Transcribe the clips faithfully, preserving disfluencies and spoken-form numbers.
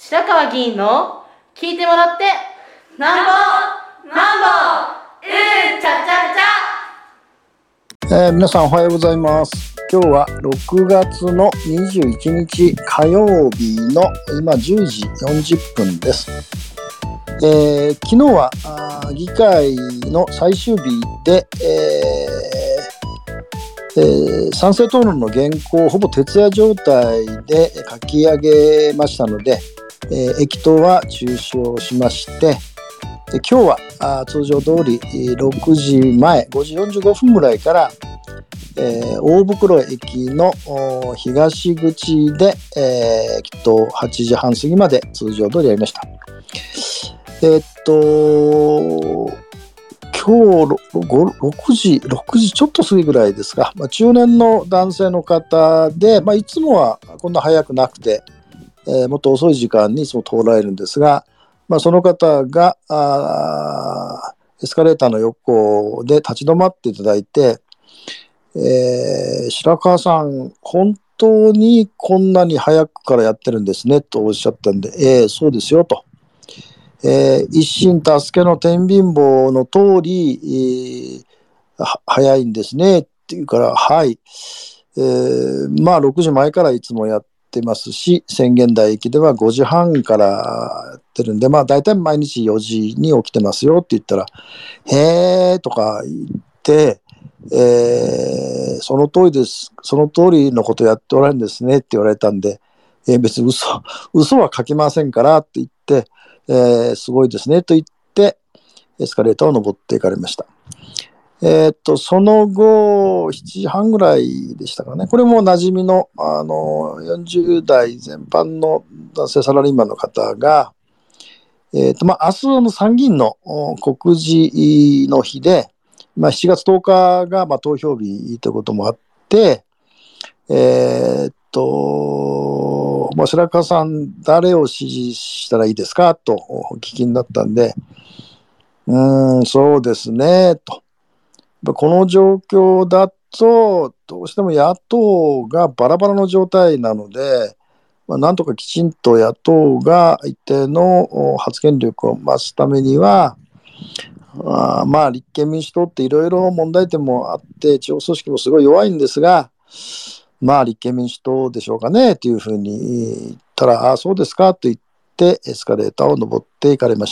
白川議員の聞いてもらってなんぼなんぼうんちゃちゃちゃ、えー、皆さんおはようございます。今日はろくがつのにじゅういちにち火曜日の今じゅうじよんじゅっぷんです。えー、昨日はあ議会の最終日で、えーえー、賛成討論の原稿をほぼ徹夜状態で書き上げましたので、えー、駅頭は中止をしまして、で今日はあ通常通りろくじまえごじよんじゅうごふんぐらいから、えー、大袋駅の東口で、えー、きっとはちじはん過ぎまで通常通りやりました。えー、っと今日ろくじろくじちょっと過ぎぐらいですが、まあ、中年の男性の方で、まあ、いつもはこんな早くなくて、えー、もっと遅い時間にいつも通られるんですが、まあ、その方があエスカレーターの横で立ち止まっていただいて、えー、白川さん本当にこんなに早くからやってるんですねとおっしゃったんで、えー、そうですよと、えー、一心助けの天秤棒の通り、えー、早いんですねっていうから、はい、えー、まあろくじまえからいつもやってますし、宣言台駅ではごじはんからやってるんで、まあ大体毎日よじに起きてますよって言ったら、へーとか言って、えー、その通りです、その通りのことやっておられるんですねって言われたんで、えー、別に嘘嘘は書きませんからって言って、えー、すごいですねと言ってエスカレーターを登っていかれました。えー、っとその後しちじはんぐらいでしたかね。これも馴染みの、あのよんじゅうだいぜん半の男性サラリーマンの方が、えーっとまあ、明日の参議院の告示の日で、まあ、しちがつとおかがまあ投票日ということもあって、えー、っと、まあ、白川さん誰を支持したらいいですかとお聞きになったんで、うーんそうですねと、この状況だとどうしても野党がバラバラの状態なので、まあ、なんとかきちんと野党が一定の発言力を増すためには、あまあ立憲民主党っていろいろ問題点もあって地方組織もすごい弱いんですが、まあ立憲民主党でしょうかねというふうに言ったら、ああそうですかと言ってエスカレーターを登っていかれました。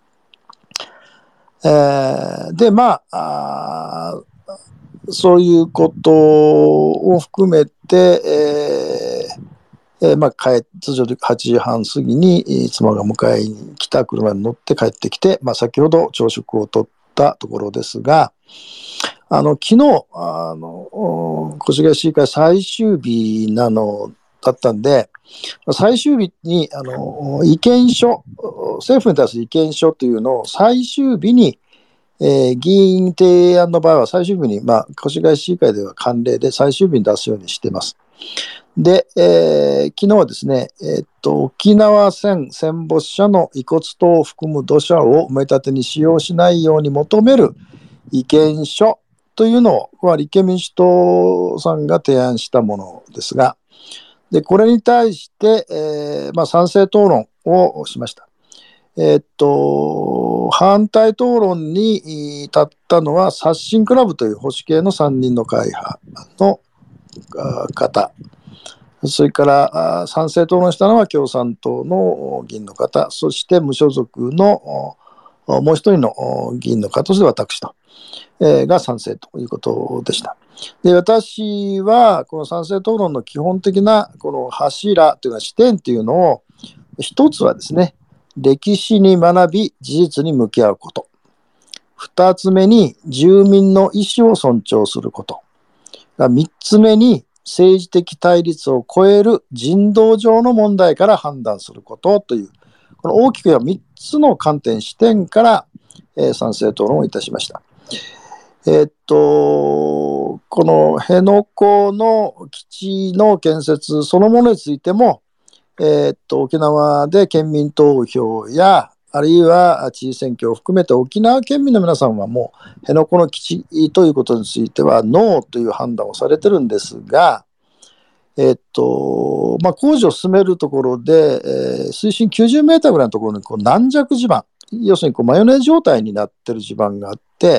えー、でまあ、あそういうことを含めて、えーえーまあ、帰通常ではちじはん過ぎに妻が迎えに来た車に乗って帰ってきて、まあ、先ほど朝食をとったところですが、あの昨日あの越谷市議会最終日なのだったんで、最終日にあの意見書、政府に対する意見書というのを最終日に、えー、議員提案の場合は最終日に、まあ、越谷市議会では慣例で最終日に出すようにしています。で、えー、昨日はですね、えー、っと沖縄戦戦没者の遺骨等を含む土砂を埋め立てに使用しないように求める意見書というのを立憲民主党さんが提案したものですが、でこれに対して、えーまあ、賛成討論をしました。えー、っと反対討論に立ったのは刷新クラブという保守系のさんにんの会派の方、それから賛成討論したのは共産党の議員の方、そして無所属のもう一人の議員の方、そして私と、えー、が賛成ということでした。で私はこの賛成討論の基本的なこの柱というか視点というのを、一つはですね、歴史に学び事実に向き合うこと、二つ目に住民の意思を尊重すること、三つ目に政治的対立を超える人道上の問題から判断することという、この大きくはみっつの観点視点から、えー、賛成討論をいたしました。えー、っとこの辺野古の基地の建設そのものについても、えー、っと沖縄で県民投票やあるいは知事選挙を含めて沖縄県民の皆さんはもう辺野古の基地ということについてはノーという判断をされてるんですが、ええっとまあ、工事を進めるところで、えー、水深きゅうじゅうメーターぐらいのところにこう軟弱地盤、要するにこうマヨネー状態になってる地盤があって、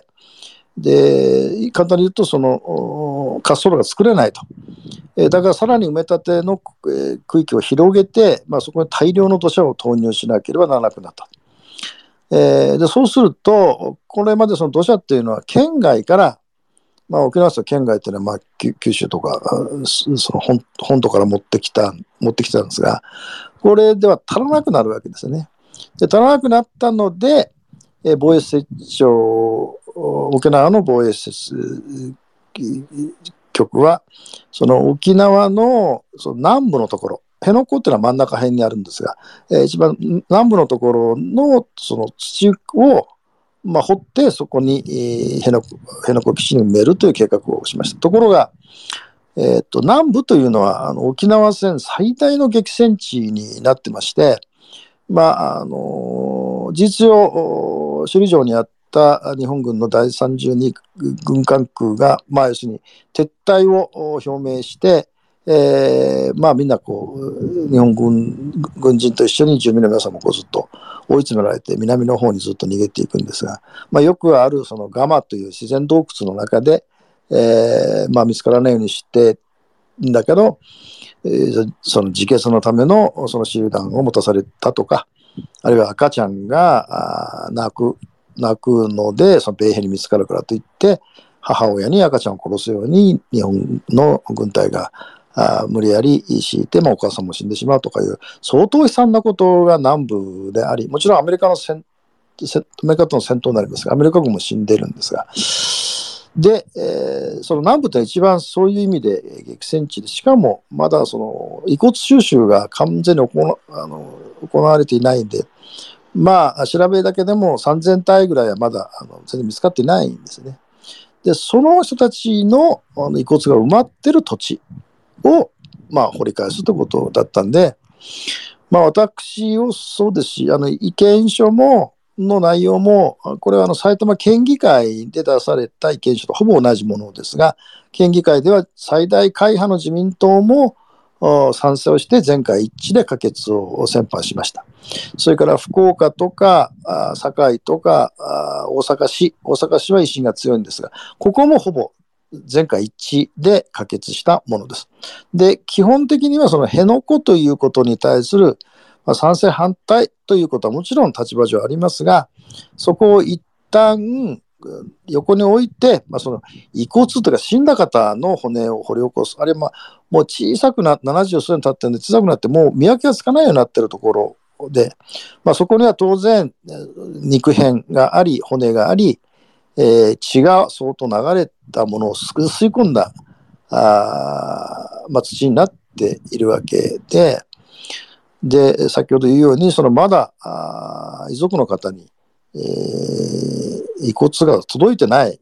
で簡単に言うとその滑走路が作れないと、えー、だからさらに埋め立ての、えー、区域を広げて、まあ、そこに大量の土砂を投入しなければならなくなった。えー、でそうするとこれまでその土砂っていうのは県外から、まあ、沖縄と県外っていうのはまあ九州とかその 本, 本土から持ってきた持ってきたんですが、これでは足らなくなるわけですよね。で足らなくなったので、えー、防衛施設庁沖縄の防衛施設局はその沖縄 の, その南部のところ、辺野古っていうのは真ん中辺にあるんですが、えー、一番南部のところのその土を、まあ、掘ってそこに、えー、辺野辺野古基地に埋めるという計画をしました。ところが、えー、と南部というのはあの沖縄戦最大の激戦地になってまして、まああの事実上首里城にあった日本軍のだいさんじゅうに軍管区が、まあ、要するに撤退を表明して、えーまあ、みんなこう日本軍軍人と一緒に住民の皆さんもこうずっと追い詰められて南の方にずっと逃げていくんですが、まあ、よくあるそのガマという自然洞窟の中で、えーまあ、見つからないようにしてんだけど、えー、その自決のためのその手榴弾を持たされたとか、あるいは赤ちゃんが泣く泣くのでその米兵に見つかるからといって母親に赤ちゃんを殺すように日本の軍隊があ無理やり敷いて、まあ、お母さんも死んでしまうとかいう相当悲惨なことが南部であり、もちろんアメリカの戦アメリカとの戦闘になりますがアメリカ軍も死んでいるんですが、で、えー、その南部というのは一番そういう意味で激戦地で、しかもまだその遺骨収集が完全に行あの行われていないんで、まあ調べだけでもさんぜんたいぐらいはまだあの全然見つかっていないんですね。でその人たちのあの遺骨が埋まってる土地を、まあ、掘り返すということだったんで、まあ、私をそうですし、あの意見書もの内容もこれはあの埼玉県議会で出された意見書とほぼ同じものですが、県議会では最大会派の自民党も賛成をして全会一致で可決を先般しました。それから福岡とか堺とか大阪市大阪市は維新が強いんですが、ここもほぼ全会一致で可決したものです。で基本的にはその辺野古ということに対する賛成反対ということはもちろん立場上ありますが、そこを一旦横に置いて、まあ、その遺骨というか死んだ方の骨を掘り起こす、あるいはまあもう小さくなななじゅう数年経ってるんで小さくなってもう見分けがつかないようになっているところで、まあ、そこには当然肉片があり骨があり、えー、血が相当流れたものを吸い込んだあ、まあ、土になっているわけで、で先ほど言うようにそのまだあ遺族の方に、えー、遺骨が届いてない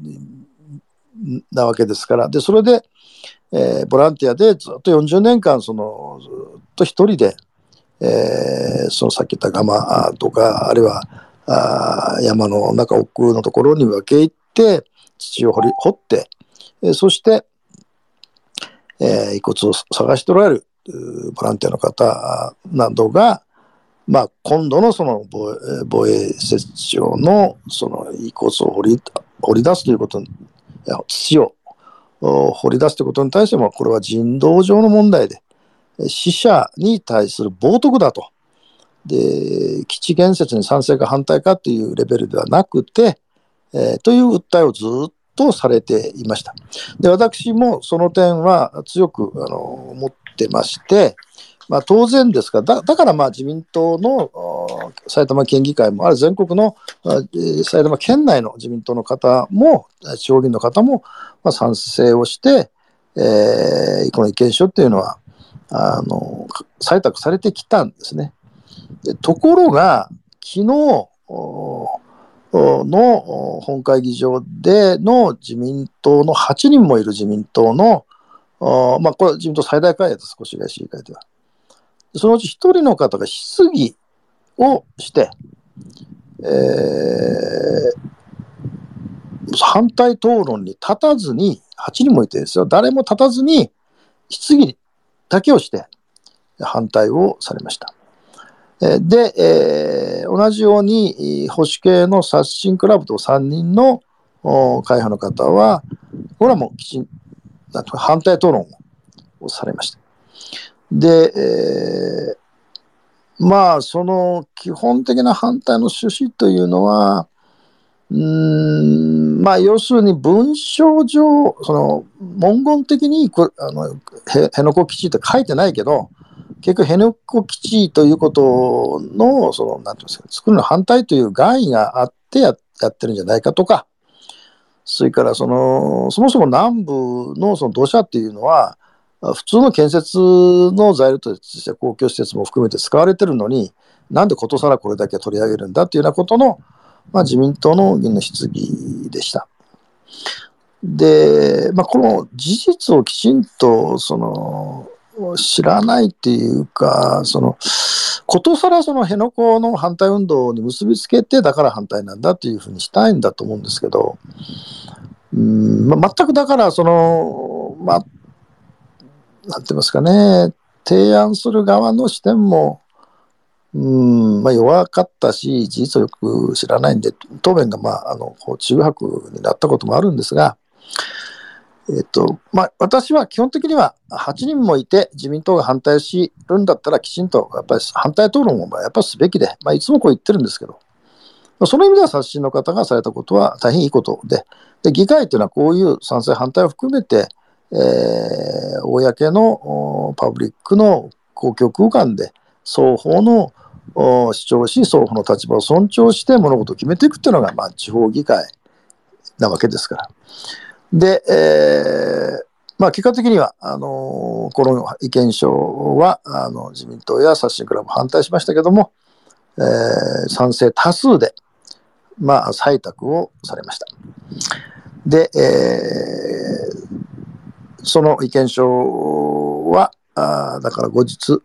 なわけですから、でそれで、えー、ボランティアでずっとよんじゅうねんかんそのずっと一人で、えー、そのさっき言ったガマとかあるいはあ山の中奥のところに分け入って土を掘り掘って、えー、そして、えー、遺骨を探しておられるボランティアの方などが、まあ、今度のその防衛、防衛施設長のその遺骨を掘り、掘り出すということに、土を掘り出すということに対しても、これは人道上の問題で、死者に対する冒涜だと。で、基地建設に賛成か反対かというレベルではなくて、えー、という訴えをずっとされていました。で、私もその点は強くあの思ってまして、まあ、当然ですが、だだからまあ自民党の埼玉県議会もある全国の埼玉県内の自民党の方も地方議員の方もまあ賛成をして、えー、この意見書っていうのはあの採択されてきたんですね。でところが昨日の本会議場での自民党のはちにんもいる自民党のまあこれ自民党最大会派です、越谷市議会では。そのうちひとりの方が質疑をして、えー、反対討論に立たずに、はちにんもいてですよ、誰も立たずに質疑だけをして反対をされました。で、えー、同じように保守系の刷新クラブとさんにんの会派の方は、これはもうきちんと反対討論をされました。で、えー、まあその基本的な反対の趣旨というのは、うーんまあ要するに文章上、その文言的にあのへ辺野古基地って書いてないけど、結局辺野古基地ということのそのなんていうんですか、作るの反対という概があってややってるんじゃないかとか、それからそのそもそも南部のその土砂っていうのは普通の建設の材料として公共施設も含めて使われてるのに、なんでことさらこれだけ取り上げるんだというようなことの、まあ、自民党の議員の質疑でした。で、まあ、この事実をきちんとその知らないっていうか、そのことさらその辺野古の反対運動に結びつけて、だから反対なんだというふうにしたいんだと思うんですけど、うん、まあ、全くだからそのまあなんて言いますかね、提案する側の視点もうんまあ、弱かったし、事実をよく知らないんで、答弁が、まあ、あの中白になったこともあるんですが、えっとまあ、私は基本的にははちにんもいて自民党が反対しるんだったらきちんとやっぱり反対討論をやっぱりすべきで、まあ、いつもこう言ってるんですけど、その意味では刷新の方がされたことは大変いいことで、で議会というのはこういう賛成反対を含めて、えー、公のパブリックの公共空間で双方の主張し、双方の立場を尊重して物事を決めていくというのが、まあ、地方議会なわけですから。で、えーまあ、結果的にはあのこの意見書はあの自民党や刷新クラブ反対しましたけども、えー、賛成多数で、まあ、採択をされました。で、えー、その意見書はあだから後日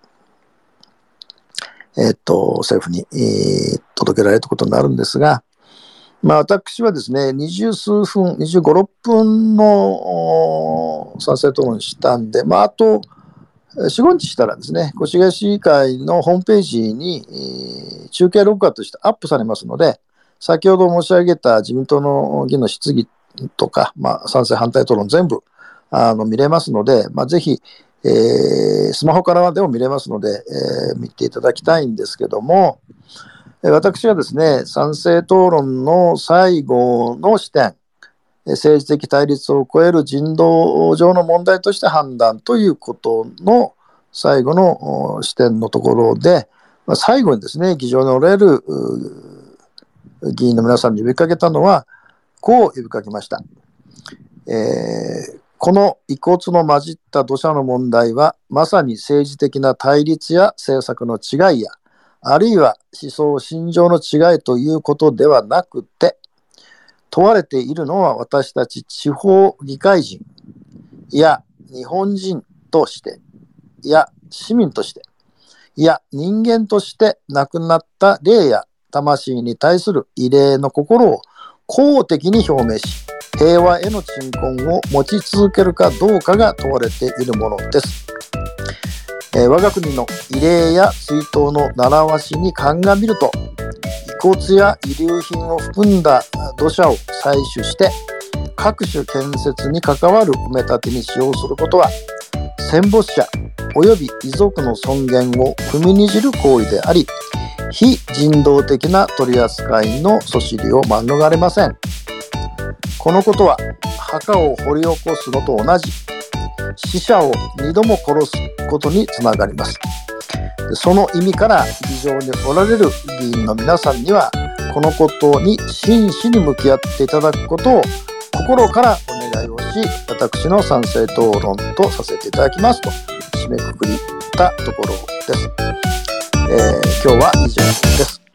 えっと政府に、えー、届けられることになるんですが、まあ、私はですね、二十数分、にじゅうご、ろっぷんの賛成討論したんで、まあ、あとよん、ごにちしたらですね、越谷市議会のホームページに、えー、中継録画としてアップされますので、先ほど申し上げた自民党の議員の質疑とか、まあ、賛成反対討論全部あの見れますので、まあ、ぜひ、えー、スマホからでも見れますので、えー、見ていただきたいんですけども、私はですね、賛成討論の最後の視点、政治的対立を超える人道上の問題として判断ということの最後の視点のところで、最後にですね、議場におられる議員の皆さんに呼びかけたのは、こう呼びかけました。えー、この遺骨の混じった土砂の問題は、まさに政治的な対立や政策の違いや、あるいは思想信条の違いということではなくて、問われているのは私たち地方議会人や日本人として、いや市民として、いや人間として亡くなった霊や魂に対する慰霊の心を公的に表明し、平和への鎮魂を持ち続けるかどうかが問われているものです。えー、我が国の慰霊や追悼の習わしに鑑みると、遺骨や遺留品を含んだ土砂を採取して各種建設に関わる埋め立てに使用することは、戦没者及び遺族の尊厳を踏みにじる行為であり、非人道的な取り扱いのそしりを免れません。このことは墓を掘り起こすのと同じ、死者を二度も殺すことにつながります。その意味から議場におられる議員の皆さんには、このことに真摯に向き合っていただくことを心からお願いをし、私の賛成討論とさせていただきますと締めくくりたところです。えー、今日は以上です。